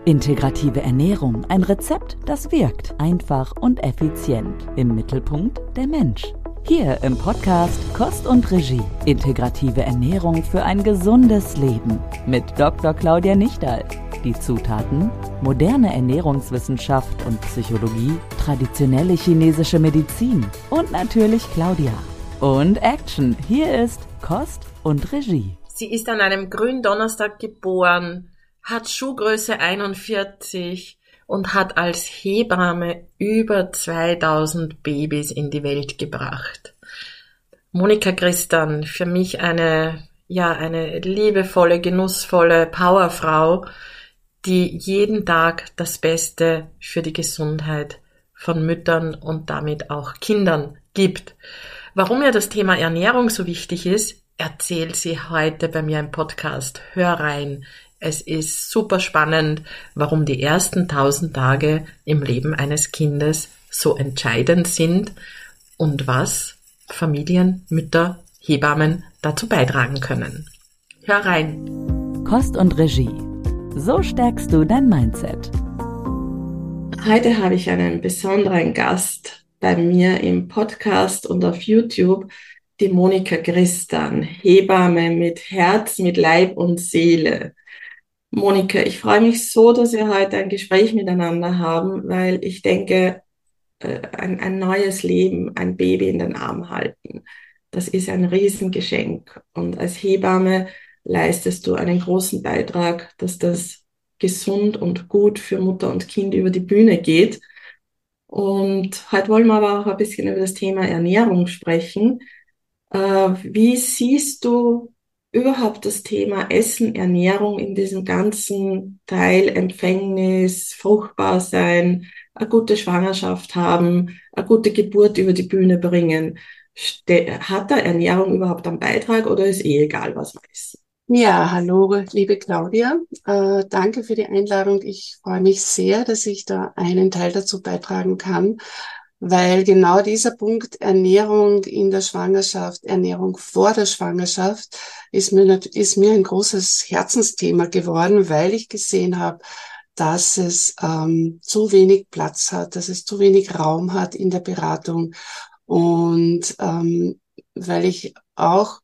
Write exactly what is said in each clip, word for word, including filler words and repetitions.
Integrative Ernährung, ein Rezept, das wirkt, einfach und effizient. Im Mittelpunkt der Mensch. Hier im Podcast Kost und Regie. Integrative Ernährung für ein gesundes Leben. Mit Doktor Claudia Nichterl. Die Zutaten: moderne Ernährungswissenschaft und Psychologie, traditionelle chinesische Medizin und natürlich Claudia. Und Action, hier ist Kost und Regie. Sie ist an einem Gründonnerstag geboren, hat Schuhgröße einundvierzig und hat als Hebamme über zweitausend Babys in die Welt gebracht. Monika Christan, für mich eine, ja, eine liebevolle, genussvolle Powerfrau, die jeden Tag das Beste für die Gesundheit von Müttern und damit auch Kindern gibt. Warum ihr das Thema Ernährung so wichtig ist, erzählt sie heute bei mir im Podcast. Hör rein. Es ist super spannend, warum die ersten tausend Tage im Leben eines Kindes so entscheidend sind und was Familien, Mütter, Hebammen dazu beitragen können. Hör rein. Kost und Regie. So stärkst du dein Mindset. Heute habe ich einen besonderen Gast bei mir im Podcast und auf YouTube, die Monika Christan, Hebamme mit Herz, mit Leib und Seele. Monika, ich freue mich so, dass wir heute ein Gespräch miteinander haben, weil ich denke, ein, ein neues Leben, ein Baby in den Arm halten, das ist ein Riesengeschenk. Und als Hebamme leistest du einen großen Beitrag, dass das gesund und gut für Mutter und Kind über die Bühne geht. Und heute wollen wir aber auch ein bisschen über das Thema Ernährung sprechen. Wie siehst du überhaupt das Thema Essen, Ernährung in diesem ganzen Teil Empfängnis, fruchtbar sein, eine gute Schwangerschaft haben, eine gute Geburt über die Bühne bringen? Hat da Ernährung überhaupt einen Beitrag oder ist eh egal, was man isst? Ja, hallo, liebe Claudia. Äh, danke für die Einladung. Ich freue mich sehr, dass ich da einen Teil dazu beitragen kann, weil genau dieser Punkt Ernährung in der Schwangerschaft, Ernährung vor der Schwangerschaft ist mir, ist mir ein großes Herzensthema geworden, weil ich gesehen habe, dass es ähm, zu wenig Platz hat, dass es zu wenig Raum hat in der Beratung und ähm, weil ich auch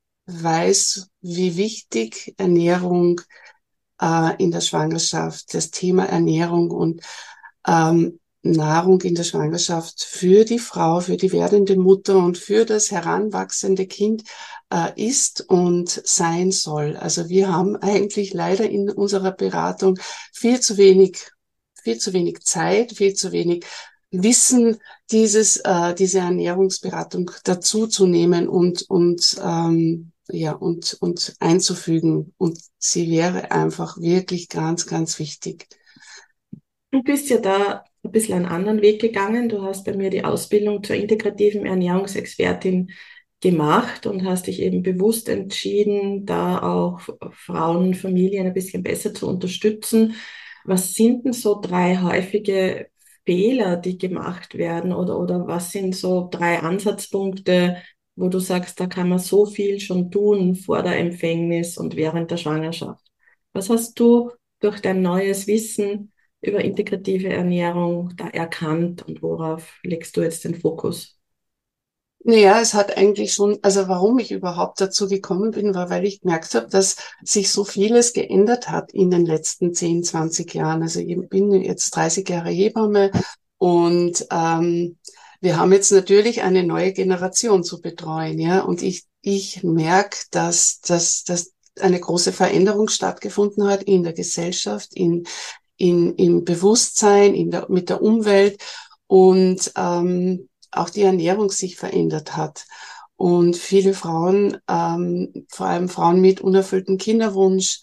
weiß, wie wichtig Ernährung äh, in der Schwangerschaft, das Thema Ernährung und ähm, Nahrung in der Schwangerschaft für die Frau, für die werdende Mutter und für das heranwachsende Kind äh, ist und sein soll. Also wir haben eigentlich leider in unserer Beratung viel zu wenig, viel zu wenig Zeit, viel zu wenig Wissen, dieses, äh, diese Ernährungsberatung dazu zu nehmen und, und, ähm, ja, und, und einzufügen. Und sie wäre einfach wirklich ganz, ganz wichtig. Du bist ja da ein bisschen einen anderen Weg gegangen. Du hast bei mir die Ausbildung zur integrativen Ernährungsexpertin gemacht und hast dich eben bewusst entschieden, da auch Frauen, Familien ein bisschen besser zu unterstützen. Was sind denn so drei häufige Fehler, die gemacht werden oder, oder was sind so drei Ansatzpunkte, wo du sagst, da kann man so viel schon tun vor der Empfängnis und während der Schwangerschaft? Was hast du durch dein neues Wissen über integrative Ernährung da erkannt und worauf legst du jetzt den Fokus? Naja, es hat eigentlich schon, also warum ich überhaupt dazu gekommen bin, war, weil ich gemerkt habe, dass sich so vieles geändert hat in den letzten zehn, zwanzig Jahren. Also ich bin jetzt dreißig Jahre Hebamme und ähm, wir haben jetzt natürlich eine neue Generation zu betreuen, ja. Und ich ich merke, dass dass dass eine große Veränderung stattgefunden hat in der Gesellschaft, in in im Bewusstsein, in der mit der Umwelt und ähm, auch die Ernährung sich verändert hat. Und viele Frauen, ähm, vor allem Frauen mit unerfülltem Kinderwunsch,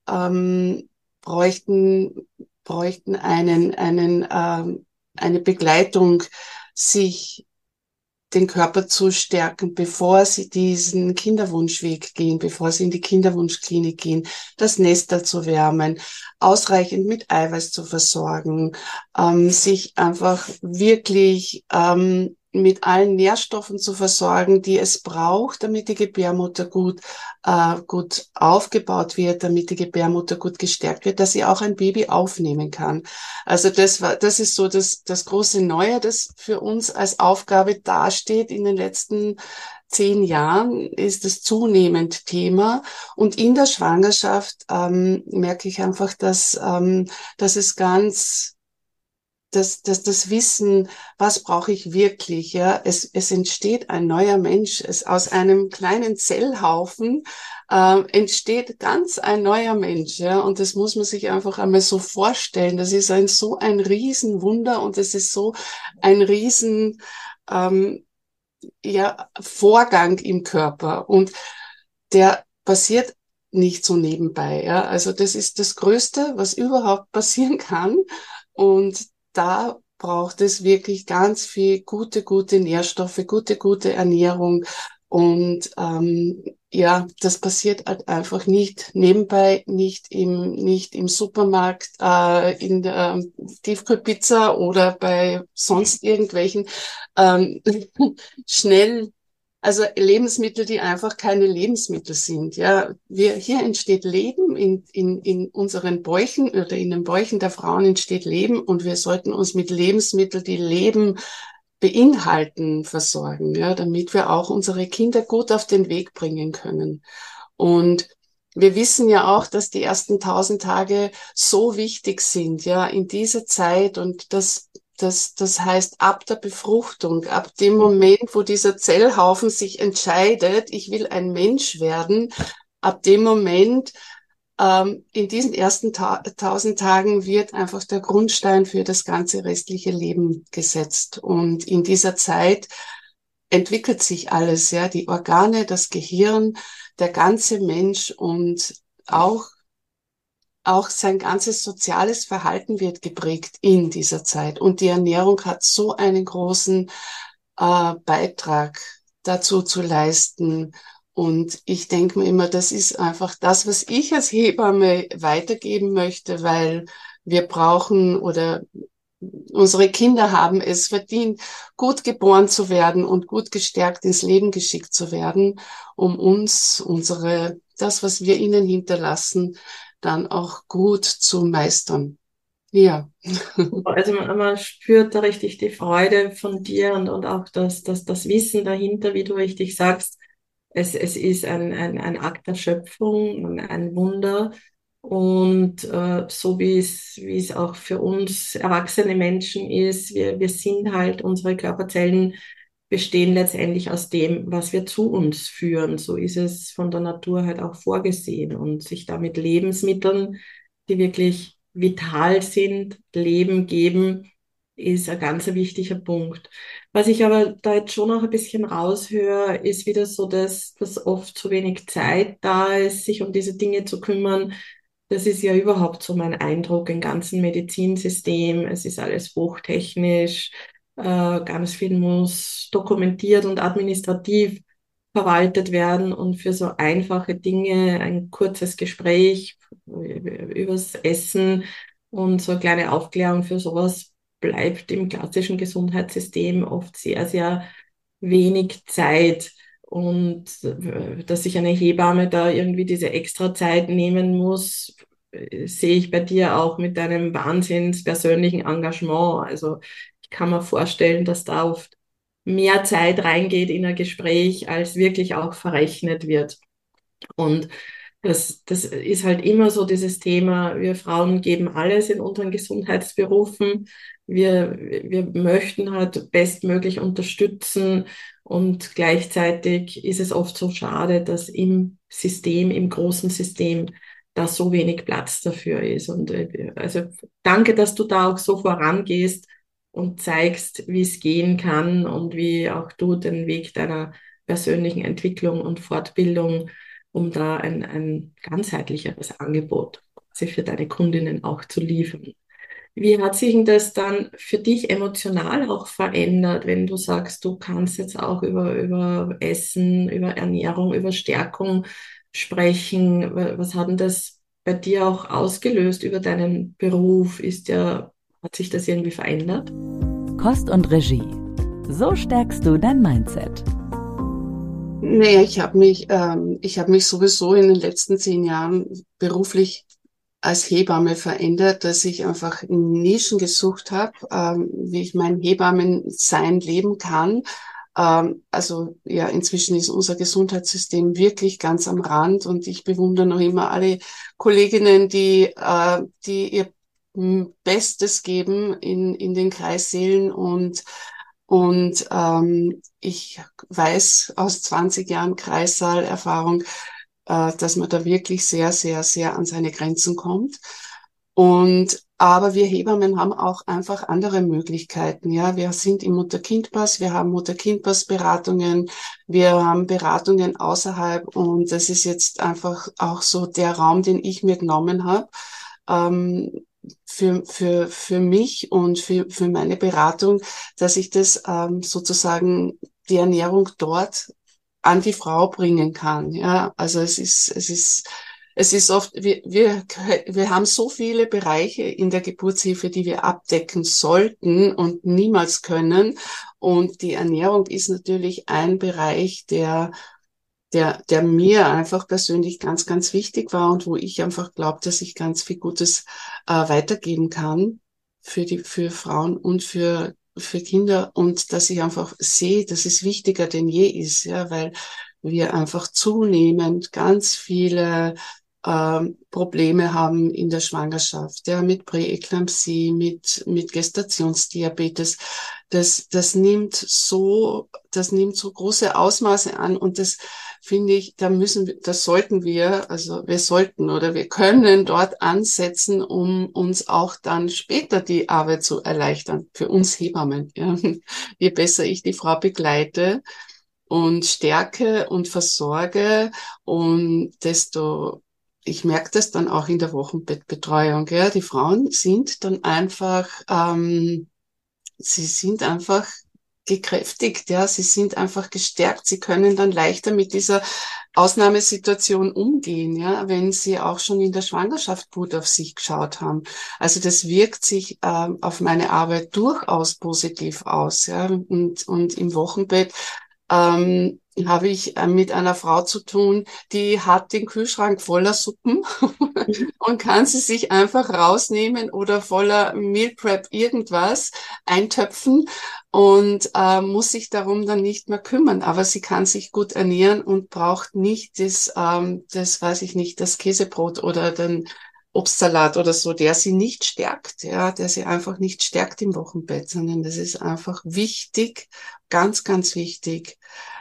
ähm, bräuchten, bräuchten einen, einen, ähm, eine Begleitung, sich den Körper zu stärken, bevor sie diesen Kinderwunschweg gehen, bevor sie in die Kinderwunschklinik gehen, das Nester zu wärmen, ausreichend mit Eiweiß zu versorgen, ähm, sich einfach wirklich ähm, mit allen Nährstoffen zu versorgen, die es braucht, damit die Gebärmutter gut, äh, gut aufgebaut wird, damit die Gebärmutter gut gestärkt wird, dass sie auch ein Baby aufnehmen kann. Also das war, das ist so das, das große Neue, das für uns als Aufgabe dasteht. In den letzten zehn Jahren ist es zunehmend Thema. Und in der Schwangerschaft ähm, merke ich einfach, dass, ähm, dass es ganz dass, dass das Wissen, was brauche ich wirklich, ja, es, es entsteht ein neuer Mensch, es aus einem kleinen Zellhaufen äh, entsteht ganz ein neuer Mensch, ja, und das muss man sich einfach einmal so vorstellen. Das ist ein so ein Riesenwunder und es ist so ein Riesen ähm, ja, Vorgang im Körper und der passiert nicht so nebenbei, ja. Also das ist das Größte, was überhaupt passieren kann und da braucht es wirklich ganz viel gute, gute Nährstoffe, gute, gute Ernährung. Und ähm, ja, das passiert halt einfach nicht nebenbei, nicht im, nicht im Supermarkt, äh, in der Tiefkühlpizza oder bei sonst irgendwelchen ähm, schnell also Lebensmittel, die einfach keine Lebensmittel sind. Ja, wir, hier entsteht Leben in, in, in unseren Bäuchen oder in den Bäuchen der Frauen entsteht Leben und wir sollten uns mit Lebensmitteln, die Leben beinhalten, versorgen, ja, damit wir auch unsere Kinder gut auf den Weg bringen können. Und wir wissen ja auch, dass die ersten tausend Tage so wichtig sind, ja, in dieser Zeit und das Das, das heißt, ab der Befruchtung, ab dem Moment, wo dieser Zellhaufen sich entscheidet, ich will ein Mensch werden, ab dem Moment, ähm, in diesen ersten ta tausend Tagen wird einfach der Grundstein für das ganze restliche Leben gesetzt. Und in dieser Zeit entwickelt sich alles, ja, die Organe, das Gehirn, der ganze Mensch und auch Auch sein ganzes soziales Verhalten wird geprägt in dieser Zeit. Und die Ernährung hat so einen großen äh, Beitrag dazu zu leisten. Und ich denke mir immer, das ist einfach das, was ich als Hebamme weitergeben möchte, weil wir brauchen oder unsere Kinder haben es verdient, gut geboren zu werden und gut gestärkt ins Leben geschickt zu werden, um uns, unsere, das, was wir ihnen hinterlassen, dann auch gut zu meistern. Ja. Also man, man spürt da richtig die Freude von dir und, und auch das, das, das Wissen dahinter, wie du richtig sagst. Es, es ist ein, ein, ein Akt der Schöpfung und ein Wunder. Und äh, so wie es, wie es auch für uns erwachsene Menschen ist, wir, wir sind halt, unsere Körperzellen bestehen letztendlich aus dem, was wir zu uns führen. So ist es von der Natur halt auch vorgesehen. Und sich da mit Lebensmitteln, die wirklich vital sind, Leben geben, ist ein ganz wichtiger Punkt. Was ich aber da jetzt schon noch ein bisschen raushöre, ist wieder so, dass, dass oft zu wenig Zeit da ist, sich um diese Dinge zu kümmern. Das ist ja überhaupt so mein Eindruck im ganzen Medizinsystem. Es ist alles hochtechnisch, äh, ganz viel muss dokumentiert und administrativ verwaltet werden und für so einfache Dinge ein kurzes Gespräch übers Essen und so eine kleine Aufklärung für sowas bleibt im klassischen Gesundheitssystem oft sehr, sehr wenig Zeit. Und äh, dass sich eine Hebamme da irgendwie diese extra Zeit nehmen muss, äh, sehe ich bei dir auch mit deinem wahnsinns persönlichen Engagement. Also ich kann mir vorstellen, dass da oft mehr Zeit reingeht in ein Gespräch, als wirklich auch verrechnet wird. Und das, das ist halt immer so dieses Thema, wir Frauen geben alles in unseren Gesundheitsberufen. Wir, wir möchten halt bestmöglich unterstützen und gleichzeitig ist es oft so schade, dass im System, im großen System, da so wenig Platz dafür ist. Und äh, also danke, dass du da auch so vorangehst und zeigst, wie es gehen kann und wie auch du den Weg deiner persönlichen Entwicklung und Fortbildung, um da ein, ein ganzheitlicheres Angebot quasi für deine Kundinnen auch zu liefern. Wie hat sich denn das dann für dich emotional auch verändert, wenn du sagst, du kannst jetzt auch über, über Essen, über Ernährung, über Stärkung sprechen? Was hat denn das bei dir auch ausgelöst über deinen Beruf? Ist ja, hat sich das irgendwie verändert? Kost und Regie. So stärkst du dein Mindset. Nee, ich habe mich, ähm, ich habe mich sowieso in den letzten zehn Jahren beruflich als Hebamme verändert, dass ich einfach Nischen gesucht habe, ähm, wie ich mein Hebammensein leben kann. Ähm, also ja, inzwischen ist unser Gesundheitssystem wirklich ganz am Rand und ich bewundere noch immer alle Kolleginnen, die, äh, die ihr Bestes geben in, in den Kreissälen und und ähm, ich weiß aus zwanzig Jahren Kreissaalerfahrung, äh, dass man da wirklich sehr, sehr, sehr an seine Grenzen kommt. Und aber wir Hebammen haben auch einfach andere Möglichkeiten. Ja, wir sind im Mutter-Kind-Pass, wir haben Mutter-Kind-Pass-Beratungen, wir haben Beratungen außerhalb und das ist jetzt einfach auch so der Raum, den ich mir genommen habe. Ähm, für, für, für mich und für, für meine Beratung, dass ich das ähm, sozusagen die Ernährung dort an die Frau bringen kann. Ja, also es ist, es ist, es ist oft, wir, wir, wir haben so viele Bereiche in der Geburtshilfe, die wir abdecken sollten und niemals können. Und die Ernährung ist natürlich ein Bereich, der der, der mir einfach persönlich ganz, ganz wichtig war und wo ich einfach glaube, dass ich ganz viel Gutes äh, weitergeben kann für die, für Frauen und für, für Kinder und dass ich einfach sehe, dass es wichtiger denn je ist, ja, weil wir einfach zunehmend ganz viele ähm, Probleme haben in der Schwangerschaft, ja, mit Präeklampsie, mit, mit Gestationsdiabetes. Das, das nimmt so, das nimmt so große Ausmaße an und das finde ich, da müssen wir, das sollten wir, also wir sollten oder wir können dort ansetzen, um uns auch dann später die Arbeit zu erleichtern, für uns Hebammen. Ja. Je besser ich die Frau begleite und stärke und versorge und desto ich merke das dann auch in der Wochenbettbetreuung. Ja. Die Frauen sind dann einfach, ähm, sie sind einfach gekräftigt, ja, sie sind einfach gestärkt, sie können dann leichter mit dieser Ausnahmesituation umgehen, ja, wenn sie auch schon in der Schwangerschaft gut auf sich geschaut haben. Also das wirkt sich ähm, auf meine Arbeit durchaus positiv aus, ja, und, und im Wochenbett ähm, habe ich äh, mit einer Frau zu tun, die hat den Kühlschrank voller Suppen und kann sie sich einfach rausnehmen oder voller Meal Prep irgendwas eintöpfen und äh, muss sich darum dann nicht mehr kümmern. Aber sie kann sich gut ernähren und braucht nicht das, ähm, das weiß ich nicht, das Käsebrot oder den Obstsalat oder so, der sie nicht stärkt, ja, der sie einfach nicht stärkt im Wochenbett, sondern das ist einfach wichtig, ganz, ganz wichtig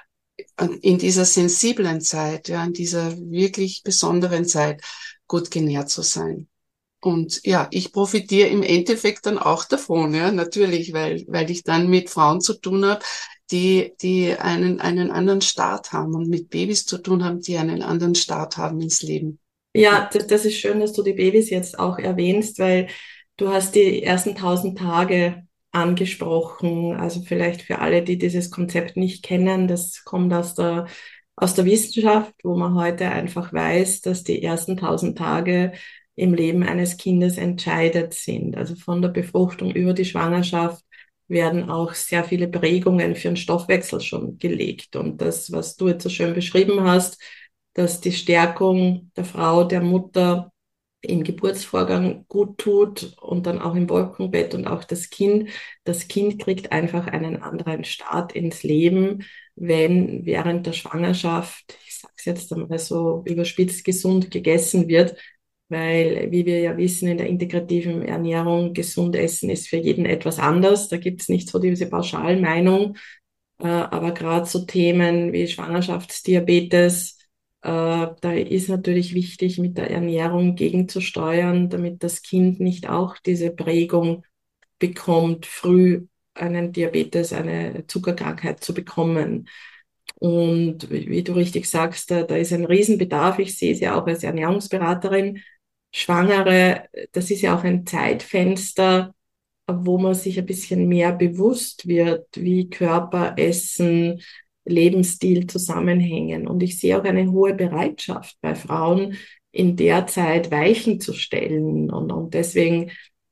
in dieser sensiblen Zeit, ja, in dieser wirklich besonderen Zeit gut genährt zu sein. Und ja, ich profitiere im Endeffekt dann auch davon, ja, natürlich, weil, weil ich dann mit Frauen zu tun habe, die, die einen, einen anderen Start haben und mit Babys zu tun haben, die einen anderen Start haben ins Leben. Ja, das, das ist schön, dass du die Babys jetzt auch erwähnst, weil du hast die ersten tausend Tage angesprochen. Also vielleicht für alle, die dieses Konzept nicht kennen, das kommt aus der, aus der Wissenschaft, wo man heute einfach weiß, dass die ersten tausend Tage im Leben eines Kindes entscheidend sind. Also von der Befruchtung über die Schwangerschaft werden auch sehr viele Prägungen für den Stoffwechsel schon gelegt. Und das, was du jetzt so schön beschrieben hast, dass die Stärkung der Frau, der Mutter im Geburtsvorgang gut tut und dann auch im Wochenbett und auch das Kind. Das Kind kriegt einfach einen anderen Start ins Leben, wenn während der Schwangerschaft, ich sage es jetzt einmal so überspitzt, gesund gegessen wird, weil, wie wir ja wissen, in der integrativen Ernährung, gesund essen ist für jeden etwas anders. Da gibt es nicht so diese Pauschalmeinung, äh, aber gerade so Themen wie Schwangerschaftsdiabetes, äh, da ist natürlich wichtig, mit der Ernährung gegenzusteuern, damit das Kind nicht auch diese Prägung bekommt, früh einen Diabetes, eine Zuckerkrankheit zu bekommen. Und wie du richtig sagst, da, da ist ein Riesenbedarf. Ich sehe es ja auch als Ernährungsberaterin. Schwangere, das ist ja auch ein Zeitfenster, wo man sich ein bisschen mehr bewusst wird, wie Körper, Essen, Lebensstil zusammenhängen. Und ich sehe auch eine hohe Bereitschaft bei Frauen, in der Zeit Weichen zu stellen. Und, und deswegen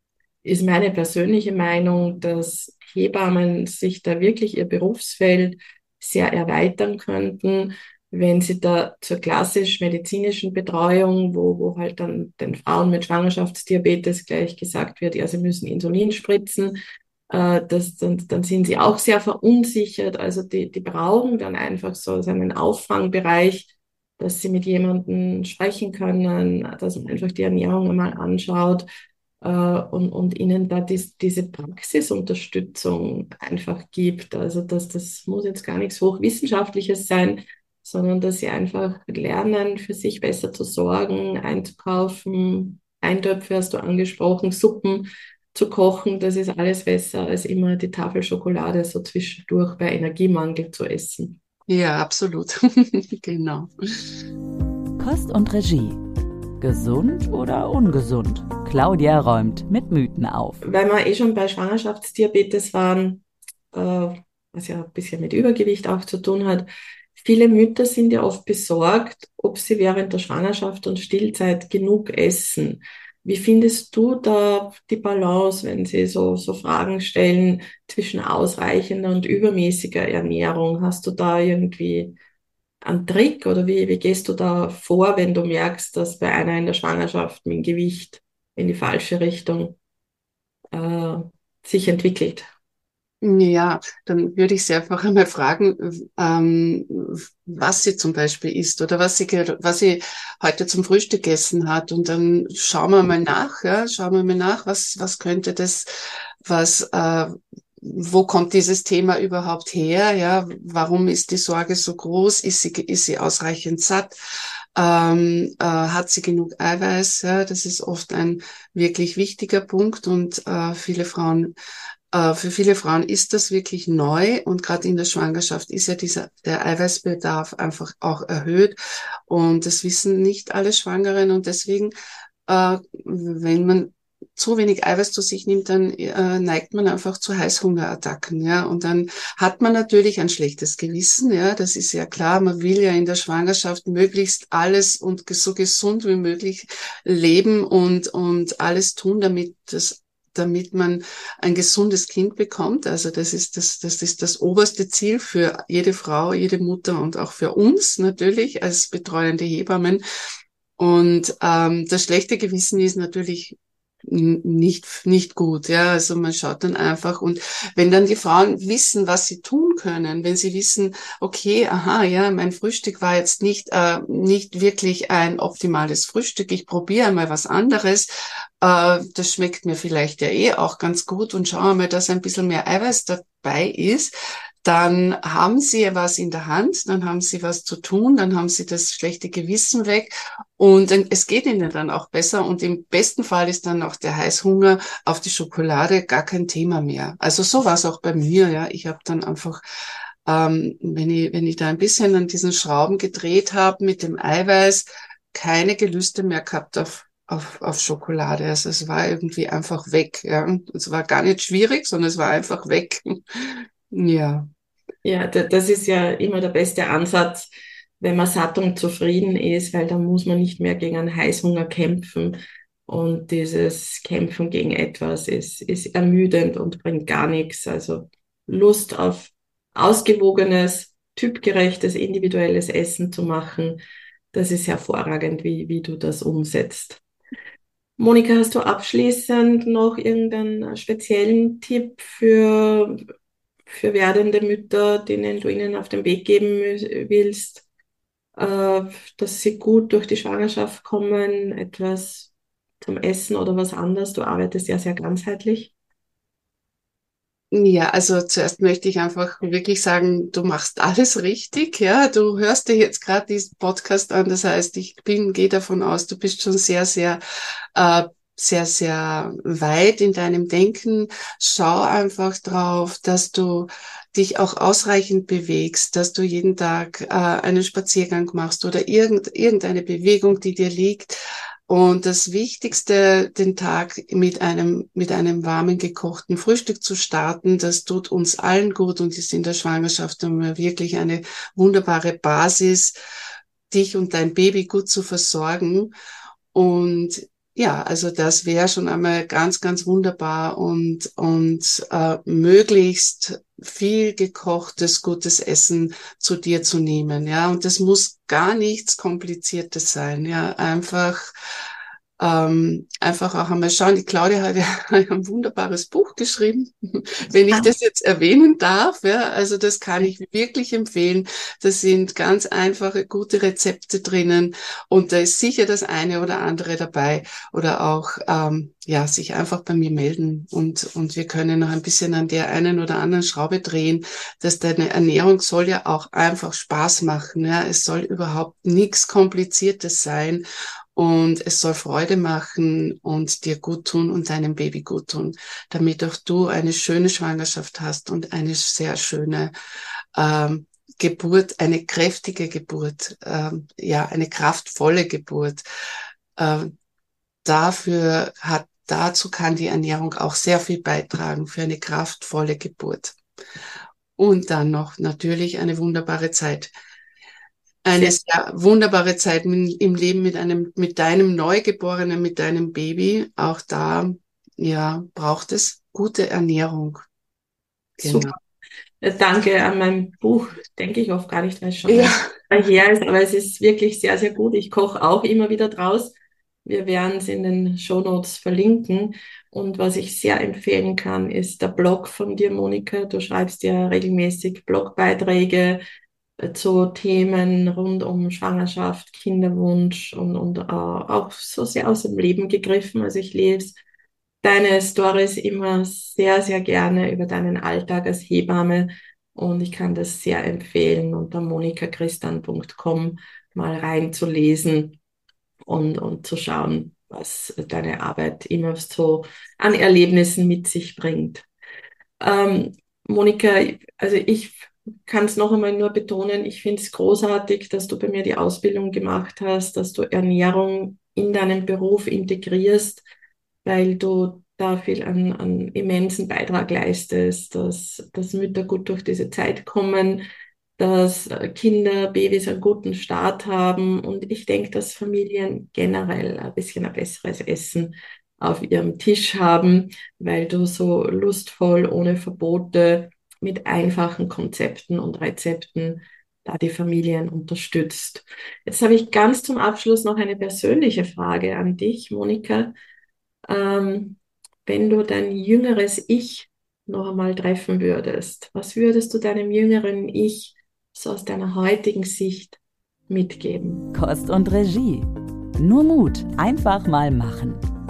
ist meine persönliche Meinung, dass Hebammen sich da wirklich ihr Berufsfeld sehr erweitern könnten, wenn sie da zur klassisch-medizinischen Betreuung, wo, wo halt dann den Frauen mit Schwangerschaftsdiabetes gleich gesagt wird, ja, sie müssen Insulin spritzen, äh, das, dann, dann sind sie auch sehr verunsichert. Also die, die brauchen dann einfach so seinen Auffangbereich, dass sie mit jemandem sprechen können, dass man einfach die Ernährung einmal anschaut äh, und, und ihnen da dies, diese Praxisunterstützung einfach gibt. Also dass das muss jetzt gar nichts Hochwissenschaftliches sein, sondern dass sie einfach lernen, für sich besser zu sorgen, einzukaufen, Eintöpfe hast du angesprochen, Suppen zu kochen. Das ist alles besser, als immer die Tafel Schokolade so zwischendurch bei Energiemangel zu essen. Ja, absolut. Genau. Kost und Regie. Gesund oder ungesund? Claudia räumt mit Mythen auf. Weil wir eh schon bei Schwangerschaftsdiabetes waren, äh, was ja ein bisschen mit Übergewicht auch zu tun hat. Viele Mütter sind ja oft besorgt, ob sie während der Schwangerschaft und Stillzeit genug essen. Wie findest du da die Balance, wenn sie so, so Fragen stellen zwischen ausreichender und übermäßiger Ernährung? Hast du da irgendwie einen Trick oder wie, wie gehst du da vor, wenn du merkst, dass bei einer in der Schwangerschaft mit dem Gewicht in die falsche Richtung äh, sich entwickelt? Ja, dann würde ich Sie einfach einmal fragen, ähm, was sie zum Beispiel isst oder was sie, ge- was sie heute zum Frühstück gegessen hat. Und dann schauen wir mal nach, ja, schauen wir mal nach, was, was könnte das, was, äh, wo kommt dieses Thema überhaupt her? Ja, warum ist die Sorge so groß? Ist sie, ist sie ausreichend satt? Ähm, äh, hat sie genug Eiweiß? Ja, das ist oft ein wirklich wichtiger Punkt und äh, viele Frauen äh, Für viele Frauen ist das wirklich neu und gerade in der Schwangerschaft ist ja dieser, der Eiweißbedarf einfach auch erhöht und das wissen nicht alle Schwangeren und deswegen, äh, wenn man zu wenig Eiweiß zu sich nimmt, dann äh, neigt man einfach zu Heißhungerattacken, ja, und dann hat man natürlich ein schlechtes Gewissen, ja, das ist ja klar, man will ja in der Schwangerschaft möglichst alles und so gesund wie möglich leben und und alles tun, damit das damit man ein gesundes Kind bekommt. Also das ist das, das ist das oberste Ziel für jede Frau, jede Mutter und auch für uns natürlich als betreuende Hebammen. Und ähm, das schlechte Gewissen ist natürlich nicht nicht gut, ja, also man schaut dann einfach und wenn dann die Frauen wissen, was sie tun können, wenn sie wissen, okay, aha, ja, mein Frühstück war jetzt nicht äh, nicht wirklich ein optimales Frühstück, ich probiere mal was anderes, äh, das schmeckt mir vielleicht ja eh auch ganz gut und schauen mal, dass ein bisschen mehr Eiweiß dabei ist, dann haben sie was in der Hand, dann haben sie was zu tun, dann haben sie das schlechte Gewissen weg und es geht ihnen dann auch besser und im besten Fall ist dann auch der Heißhunger auf die Schokolade gar kein Thema mehr. Also so war es auch bei mir, ja. Ich habe dann einfach, ähm, wenn ich, wenn ich da ein bisschen an diesen Schrauben gedreht habe mit dem Eiweiß, keine Gelüste mehr gehabt auf auf, auf Schokolade. Also es war irgendwie einfach weg, ja. Es war gar nicht schwierig, sondern es war einfach weg. Ja. Ja, da- das ist ja immer der beste Ansatz, wenn man satt und zufrieden ist, weil dann muss man nicht mehr gegen einen Heißhunger kämpfen. Und dieses Kämpfen gegen etwas ist, ist ermüdend und bringt gar nichts. Also Lust auf ausgewogenes, typgerechtes, individuelles Essen zu machen, das ist hervorragend, wie, wie du das umsetzt. Monika, hast du abschließend noch irgendeinen speziellen Tipp für für werdende Mütter, denen du ihnen auf den Weg geben mü- willst, äh, dass sie gut durch die Schwangerschaft kommen, etwas zum Essen oder was anderes? Du arbeitest ja sehr ganzheitlich. Ja, also zuerst möchte ich einfach wirklich sagen, du machst alles richtig, ja. Du hörst dir jetzt gerade diesen Podcast an, das heißt, ich bin, gehe davon aus, du bist schon sehr, sehr, äh, sehr, sehr weit in deinem Denken. Schau einfach drauf, dass du dich auch ausreichend bewegst, dass du jeden Tag äh, einen Spaziergang machst oder irgend, irgendeine Bewegung, die dir liegt. Und das Wichtigste, den Tag mit einem, mit einem warmen, gekochten Frühstück zu starten, das tut uns allen gut und ist in der Schwangerschaft immer wirklich eine wunderbare Basis, dich und dein Baby gut zu versorgen. Und Ja, also das wäre schon einmal ganz, ganz wunderbar und, und äh, möglichst viel gekochtes, gutes Essen zu dir zu nehmen. Ja, und das muss gar nichts Kompliziertes sein. Ja, einfach, ähm, einfach auch einmal schauen. Die Claudia hat ja ein wunderbares Buch geschrieben, wenn ich das jetzt erwähnen darf. Ja, also das kann ich wirklich empfehlen. Da sind ganz einfache, gute Rezepte drinnen und da ist sicher das eine oder andere dabei. Oder auch ähm, ja sich einfach bei mir melden und und wir können noch ein bisschen an der einen oder anderen Schraube drehen, dass deine Ernährung soll ja auch einfach Spaß machen. Ja, es soll überhaupt nichts Kompliziertes sein und es soll Freude machen und dir gut tun und deinem Baby gut tun, damit auch du eine schöne Schwangerschaft hast und eine sehr schöne ähm, Geburt, eine kräftige Geburt, ähm, ja, eine kraftvolle Geburt. Ähm, dafür hat, dazu kann die Ernährung auch sehr viel beitragen für eine kraftvolle Geburt. Und dann noch natürlich eine wunderbare Zeit. Eine Sehr, sehr wunderbare Zeit im Leben mit einem, mit deinem Neugeborenen, mit deinem Baby. Auch da, ja, braucht es gute Ernährung. Genau. super. Danke. An meinem Buch denke ich oft gar nicht, weil es schon Ja, ein Jahr her ist, aber es ist wirklich sehr, sehr gut. Ich koche auch immer wieder draus. Wir werden es in den Shownotes verlinken. Und was ich sehr empfehlen kann, ist der Blog von dir, Monika. Du schreibst ja regelmäßig Blogbeiträge äh, zu Themen rund um Schwangerschaft, Kinderwunsch und, und äh, auch so sehr aus dem Leben gegriffen. Also ich lese deine Stories immer sehr, sehr gerne über deinen Alltag als Hebamme und ich kann das sehr empfehlen, unter monika christan punkt com mal reinzulesen und, und zu schauen, was deine Arbeit immer so an Erlebnissen mit sich bringt. Ähm, Monika, also ich kann es noch einmal nur betonen, ich finde es großartig, dass du bei mir die Ausbildung gemacht hast, dass du Ernährung in deinen Beruf integrierst, weil du da viel an, an immensen Beitrag leistest, dass, dass Mütter gut durch diese Zeit kommen, dass Kinder, Babys einen guten Start haben. Und ich denke, dass Familien generell ein bisschen ein besseres Essen auf ihrem Tisch haben, weil du so lustvoll, ohne Verbote, mit einfachen Konzepten und Rezepten da die Familien unterstützt. Jetzt habe ich ganz zum Abschluss noch eine persönliche Frage an dich, Monika. Ähm, wenn du dein jüngeres Ich noch einmal treffen würdest, was würdest du deinem jüngeren Ich so aus deiner heutigen Sicht mitgeben? Kost und Regie. Nur Mut, einfach mal machen.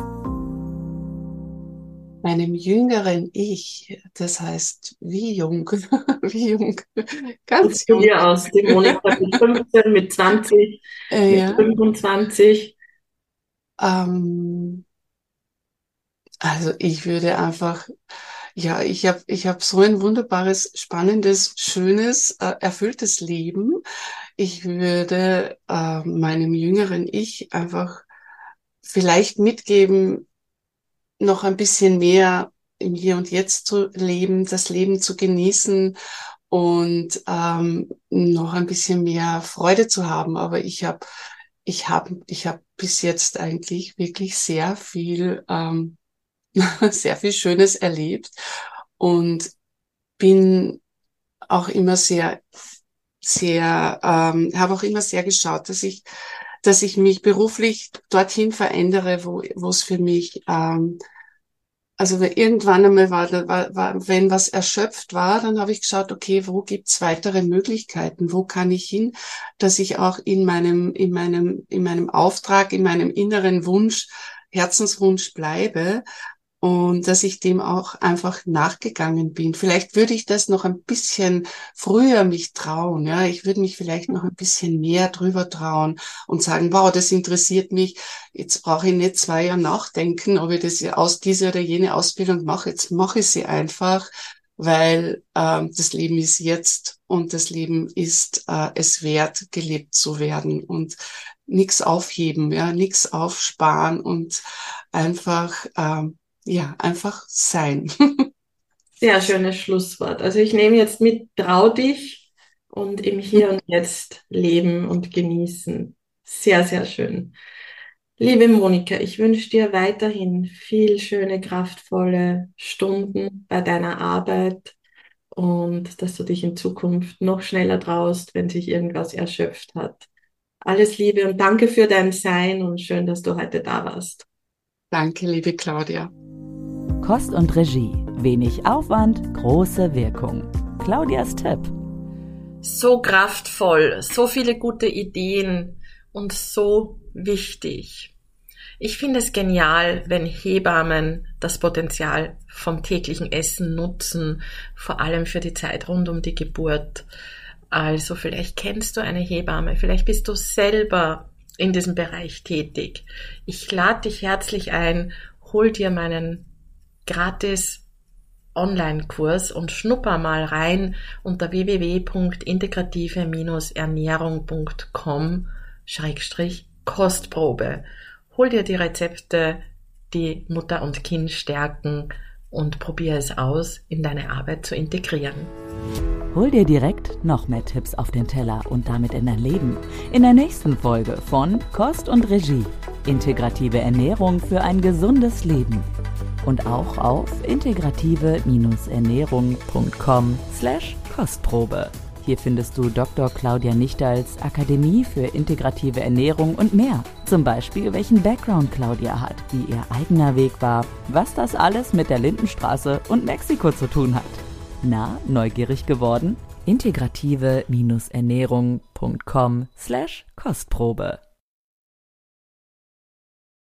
meinem jüngeren Ich, das heißt, wie jung, wie jung, Suchst ganz du jung. dir aus, die Monika mit fünfzehn, mit zwanzig, Äh, mit ja, fünfundzwanzig? ähm, also ich würde einfach, ja, ich habe ich hab so ein wunderbares, spannendes, schönes, äh, erfülltes Leben. Ich würde äh, meinem jüngeren Ich einfach vielleicht mitgeben, noch ein bisschen mehr im Hier und Jetzt zu leben, das Leben zu genießen und ähm, noch ein bisschen mehr Freude zu haben. Aber ich habe ich habe ich habe bis jetzt eigentlich wirklich sehr viel ähm, sehr viel Schönes erlebt und bin auch immer sehr sehr ähm, habe auch immer sehr geschaut, dass ich dass ich mich beruflich dorthin verändere, wo wo es für mich ähm, also wenn irgendwann einmal war, war, war, wenn was erschöpft war, dann habe ich geschaut, okay, wo gibt's weitere Möglichkeiten? Wo kann ich hin, dass ich auch in meinem, in meinem, in meinem Auftrag, in meinem inneren Wunsch, Herzenswunsch bleibe und dass ich dem auch einfach nachgegangen bin. Vielleicht würde ich das noch ein bisschen früher mich trauen, ja. Ich würde mich vielleicht noch ein bisschen mehr drüber trauen und sagen, wow, das interessiert mich. Jetzt brauche ich nicht zwei Jahre nachdenken, ob ich das aus diese oder jene Ausbildung mache. Jetzt mache ich sie einfach, weil ähm, das Leben ist jetzt und das Leben ist äh, es wert, gelebt zu werden und nichts aufheben, ja, nichts aufsparen und einfach ähm, ja, einfach sein. Sehr schönes Schlusswort. Also ich nehme jetzt mit, trau dich und im Hier und Jetzt leben und genießen. Sehr, sehr schön. Liebe Monika, ich wünsche dir weiterhin viel schöne, kraftvolle Stunden bei deiner Arbeit und dass du dich in Zukunft noch schneller traust, wenn sich irgendwas erschöpft hat. Alles Liebe und danke für dein Sein und schön, dass du heute da warst. Danke, liebe Claudia. Kost und Regie. Wenig Aufwand, große Wirkung. Claudias Tipp. So kraftvoll, so viele gute Ideen und so wichtig. Ich finde es genial, wenn Hebammen das Potenzial vom täglichen Essen nutzen, vor allem für die Zeit rund um die Geburt. Also vielleicht kennst du eine Hebamme, vielleicht bist du selber in diesem Bereich tätig. Ich lade dich herzlich ein, hol dir meinen gratis Online-Kurs und schnupper mal rein unter w w w punkt integrative ernährung punkt com Schrägstrich Kostprobe. Hol dir die Rezepte, die Mutter und Kind stärken und probier es aus, in deine Arbeit zu integrieren. Hol dir direkt noch mehr Tipps auf den Teller und damit in dein Leben. In der nächsten Folge von Kost und Regie. Integrative Ernährung für ein gesundes Leben. Und auch auf integrative Ernährung punkt com slash Kostprobe. Hier findest du Doktor Claudia Nichtals Akademie für integrative Ernährung und mehr. Zum Beispiel, welchen Background Claudia hat, wie ihr eigener Weg war, was das alles mit der Lindenstraße und Mexiko zu tun hat. Na, neugierig geworden? integrative Ernährung punkt com slash Kostprobe.